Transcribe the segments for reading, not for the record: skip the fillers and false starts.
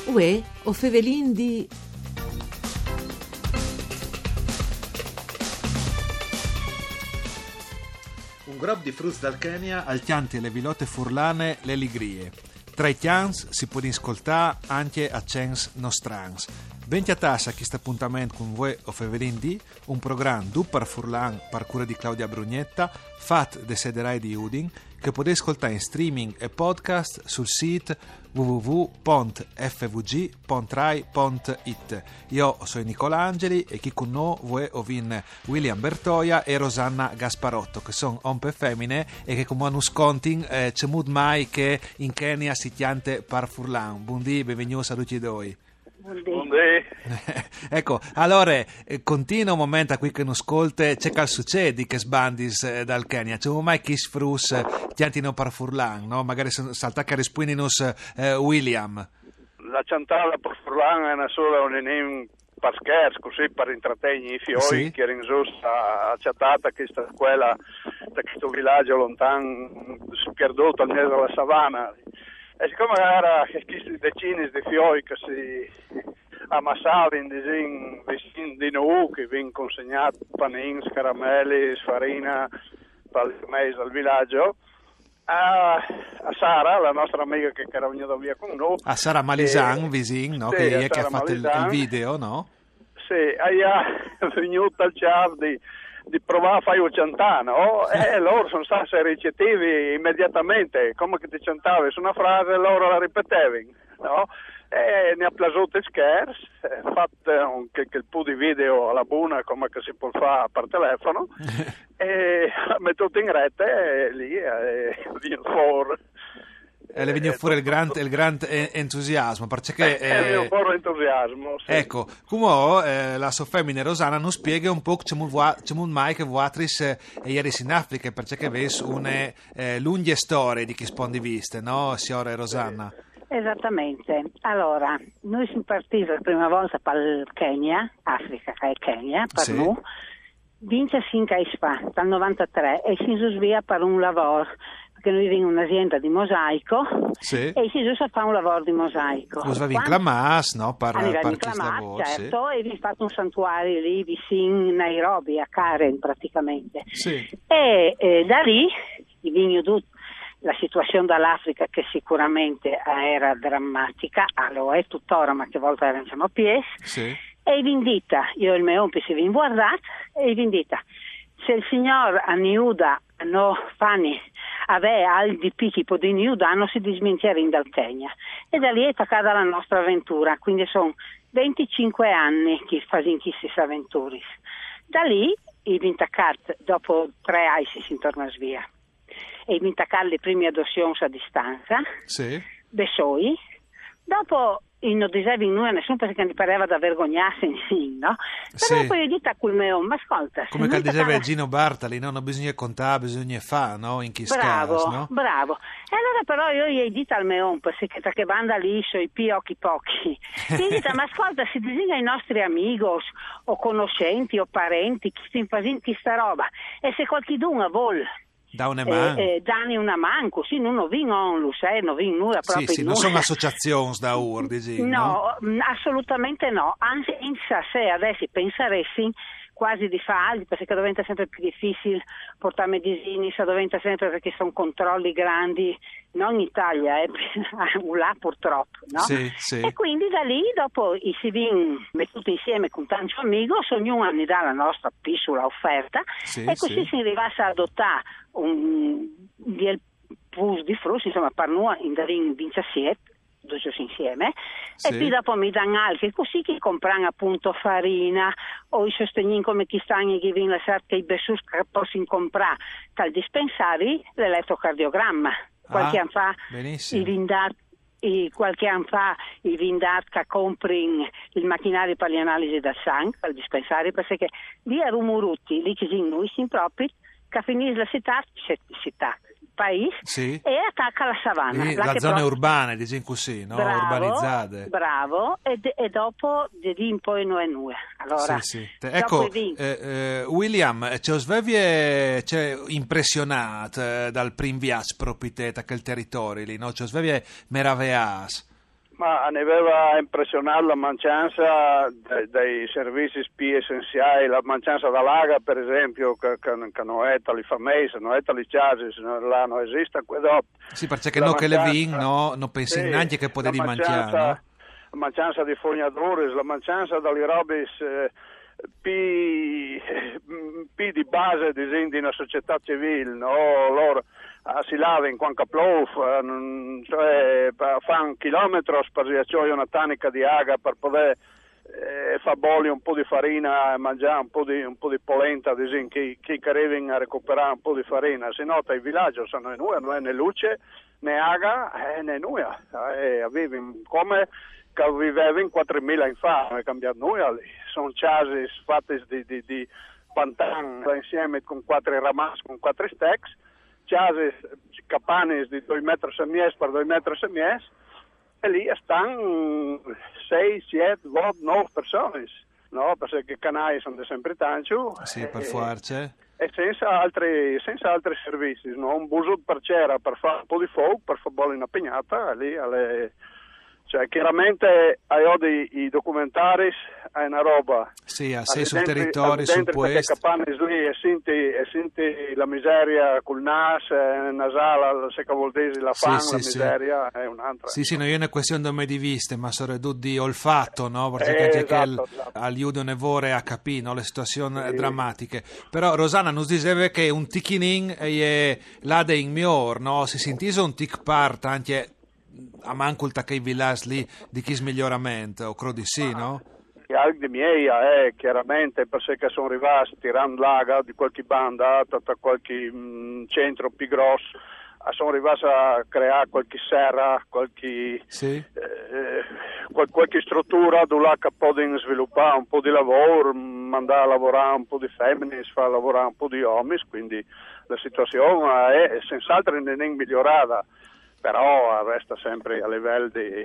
Uè, o fevelin di... Un grob di frutti dal Kenya al chianti le vilote furlane le ligrie. Tra i chians si può ascoltare anche a cens nostrans. Benti a tassa a questo appuntamento con voi o fevelin di un programma du par furlan par cura di Claudia Brugnetta fat de sederai di Udin che potete ascoltare in streaming e podcast sul sito www.fvg.rai.it. Io sono Nicola Angeli e chi con noi voi ovin William Bertoia e Rosanna Gasparotto, che sono ompe femmine e che come hanno scontin c'è mood mai che in Kenya si chiante par furlan. Buondì, benvenuti a tutti e due. Ecco, allora continua un momento a qui che non ascolte c'è cal succedi che sbandis dal Kenya, c'è mai chi sfrus chiantino par furlan, no? Magari salta che rispuninos William. La ciantata per furlan è una sola un per scherzo, così per intrattenere i fiori sì. Che erano giusto a cittata che sta quella da questo villaggio lontano perduto al mezzo della savana. E siccome era questi decine di fiori che si ammassavano vicino di noi, che vengono consegnati panini, caramelli, farina per il mese al villaggio, a Sara, la nostra amica che era venuta via con noi. A Sara Malisan, vicino, no? Sì, che ha fatto il video, no? Sì, è venuta al ciao di provare a fare un ciantano e loro sono stati ricettivi immediatamente, come che ti cantavi su una frase loro la ripetevano, no? E ne ha piaciuto il scherzo, fatto il po' di video alla buona come che si può fare per telefono e mettuto in rete e lì viene fuori. E le viene fuori il grande entusiasmo perché è un po' entusiasmo sì. Ecco, come la sua femmina Rosanna non spiega un po' c'è mai che vuatris ieri in Africa perché avesse una lunghe storie di chi spondiviste, no signora Rosanna? Esattamente, allora noi siamo partiti la prima volta per il Kenya, Africa che è Kenya, per sì. noi vince finché fa dal 93 e si svia per un lavoro perché noi abbiamo un'azienda di mosaico sì. E si giusto fa un lavoro di mosaico. Lo svavi in Clamas, no? Per questo lavoro, certo, sì. E vi fatto un santuario lì vicino a Nairobi, a Karen praticamente. Sì. E da lì vigno la situazione dall'Africa che sicuramente era drammatica, lo è tuttora, ma che volta eravamo a piedi. Sì. E vendita, io e il mio ompi si vin guardato e vendita. Se il signor Aniuda no fani aveva al di picchi po di Niuda non si dismentiera in dal Kenya e da lì è attaccata la nostra avventura, quindi sono 25 anni che facciamo queste avventure. Da lì i vintacat dopo 3 anni si torna via e i vintacat le prime adozioni a distanza sì. Besoi dopo non dicevi nulla a nessuno perché mi pareva da vergognarsi, no? Però sì. poi io dico a quel mio, ma ascolta... Come che diceva Gino Bartali, no? Non bisogna contare, bisogna fare, no? In chi bravo, scas, no? Bravo. E allora però io gli ho detto al mio perché che banda lì, so i pochi, gli ho detto, ma ascolta, si disegna i nostri amigos, o conoscenti, o parenti, chi sta facendo questa roba, e se qualcuno vuole... Da una mano. Danni una mano, così non vincono non vincono nulla proprio. Sì, non sono associazioni da urdi, no? Assolutamente no. Anzi, in sé adesso penseresti quasi di farli perché diventa sempre più difficile portare medicini, diventa sempre perché sono controlli grandi, non in Italia, là purtroppo, no? Sì, sì. E quindi da lì dopo si viene mettuti insieme con tanti amici, ognuno ne dà la nostra piccola offerta sì, e così si arrivasse a adottare del pus di frutti, insomma per noi in Darin 27 insieme sì. E poi dopo mi danno altri così che comprano appunto farina o i sostegni come chi stanno che viene la sera che i bessus che possono comprare dal dispensari l'elettrocardiogramma qualche anno fa qualche anno fa i vindat che comprano il macchinario per le analisi del sangue al dispensari perché lì a Rumurutti lì che noi siamo proprio che finisce la città paese sì. E attacca la savana. La zona urbana, diciamo così, no? Bravo, urbanizzate. Bravo, e dopo di lì in poi noi. Allora, sì. Ecco, William, c'è impressionato dal primo viaggio proprio te da quel territorio lì, no? C'è meravigliato. Ma ne aveva impressionato la mancanza dei servizi più essenziali, la mancanza dell'aga per esempio, che non è tali famose, non è tali charges, non esiste quello. Sì, perché no che le vin, no? Non pensi neanche che potevi mangiare, no? La mancanza di fognature, la mancanza delle robe più di base di una società civile, no? Loro si lavano quando piove, cioè fanno un chilometro per riaccogliere una tanica di aga per poter far bollire un po' di farina e mangiare un po' di polenta, chi arriva a recuperare un po' di farina, se no dai villaggi non è né luce né aga né nulla, vivono come che vivevano 4.000 anni fa, non è cambiato nulla lì. Sono case fatte di pantan insieme con 4 ramas, con 4 stecks, case capanne di 2 metri e mezzo per 2 metri e mezzo, e lì stanno 6, 7, 9 persone, no? Perché i canali sono sempre tanti. Sì, per forza. E senza altri servizi, no? Un buso per c'era per fare un po' di fuoco, per fare bolle una pignata, lì alle... Cioè, chiaramente i documentari è una roba. Sì, sei sul territorio, sul puesto. Perché lì e senti la miseria col nas, nasale, se cavoldesi la fame, la miseria è un'altra. Sì, no, io non è questione di me di viste, ma sono di olfatto, no? Perché esatto. Aiuta nevore a capire, no? Le situazioni drammatiche. Però Rosanna nos diceva che un ticchinin è là in mior, no? Si sentise un tic part anche a manculta che i villaggi lì di chi miglioramento, o credo di sì, no? Anche miei, chiaramente, perché sono arrivati tirando l'aga di qualche banda, da qualche centro più grosso, sono arrivati a creare qualche serra, qualche struttura dove possono sviluppare un po' di lavoro, mandare a lavorare un po' di femmine, far lavorare un po' di uomini, quindi la situazione è senz'altro non è migliorata. Però resta sempre a livello di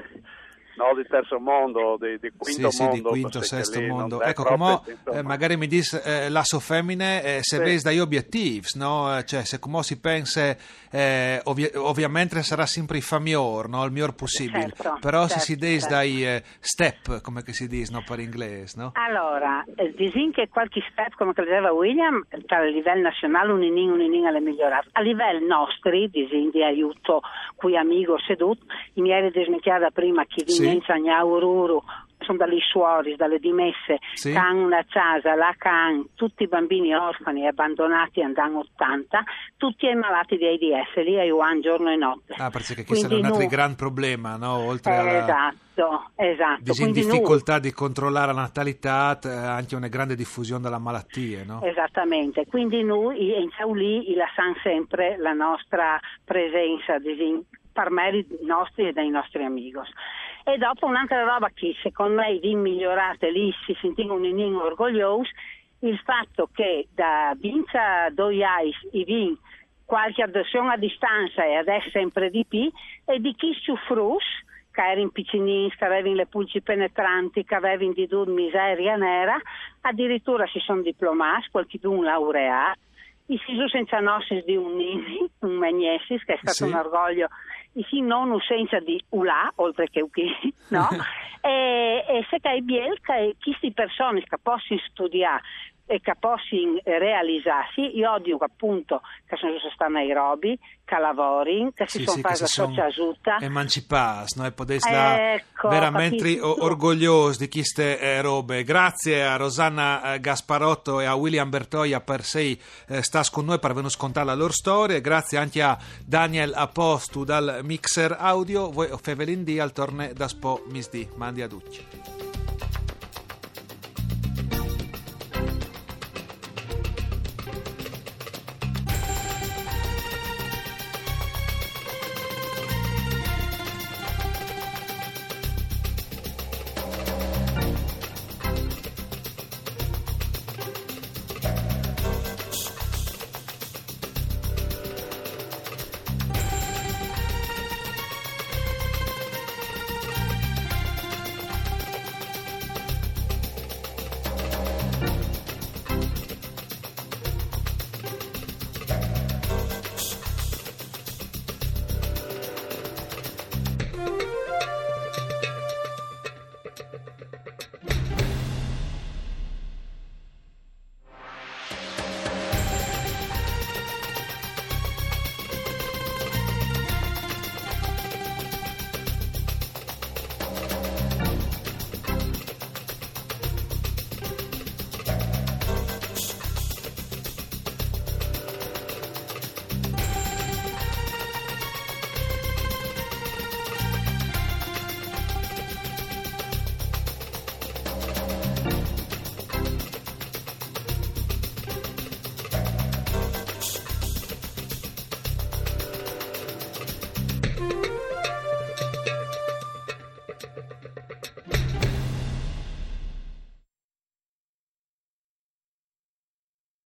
terzo mondo, di quinto mondo. Di quinto, sesto mondo. Ecco, come magari mi dici l'asso femmine, se vedi dagli obiettivi, no? Cioè, se come si pensa, ovviamente sarà sempre il miglior, no? Il miglior possibile. Certo, però se si dice dai step, come che si dice, no? Per inglese, no? Allora, disin che qualche step, come diceva William, a livello nazionale un inning alle migliorare. A livello nostri, disin di aiuto, qui amico seduto, mi eri dismettiata prima che Vincenza Gnaururu, sono dalle suori, dalle dimesse, che hanno una casa, la can, tutti i bambini orfani abbandonati andano 80, tutti ai malati di AIDS, lì ai one giorno e notte. Perché questo è un altro gran problema, no? Oltre alla esatto. difficoltà di controllare la natalità, anche una grande diffusione della malattia, no? Esattamente, quindi noi in lì lasciamo sempre la nostra presenza per meriti nostri e dei nostri amici. E dopo un'altra roba che secondo me vi migliorate lì, si sentiva un inning orgoglioso, il fatto che da Vinza Doiais i vin qualche adozione a distanza e adesso sempre di più, e di chi ciuffrus, che erano piccinini, che avevano le pulci penetranti, che avevano di miseria nera, addirittura si sono diplomati, qualcuno laureato, i si sono senza nossi di un magnesis, che è stato un orgoglio, sì, non senza di ulà, oltre che no? e se che è biel che queste persone che possono studiare e che possono realizzarsi, io odio appunto che sono stati nei robi, che lavorino, che si sono fatti la sociazuta emancipati, no? E potessi veramente orgogliosi di queste robe. Grazie a Rosanna Gasparotto e a William Bertoia per sei stas con noi per venire contare la loro storia. Grazie anche a Daniel Apostu dal Mixer Audio. Voi Fevelin di al torne da Spo Misdi. Mandi a tutti.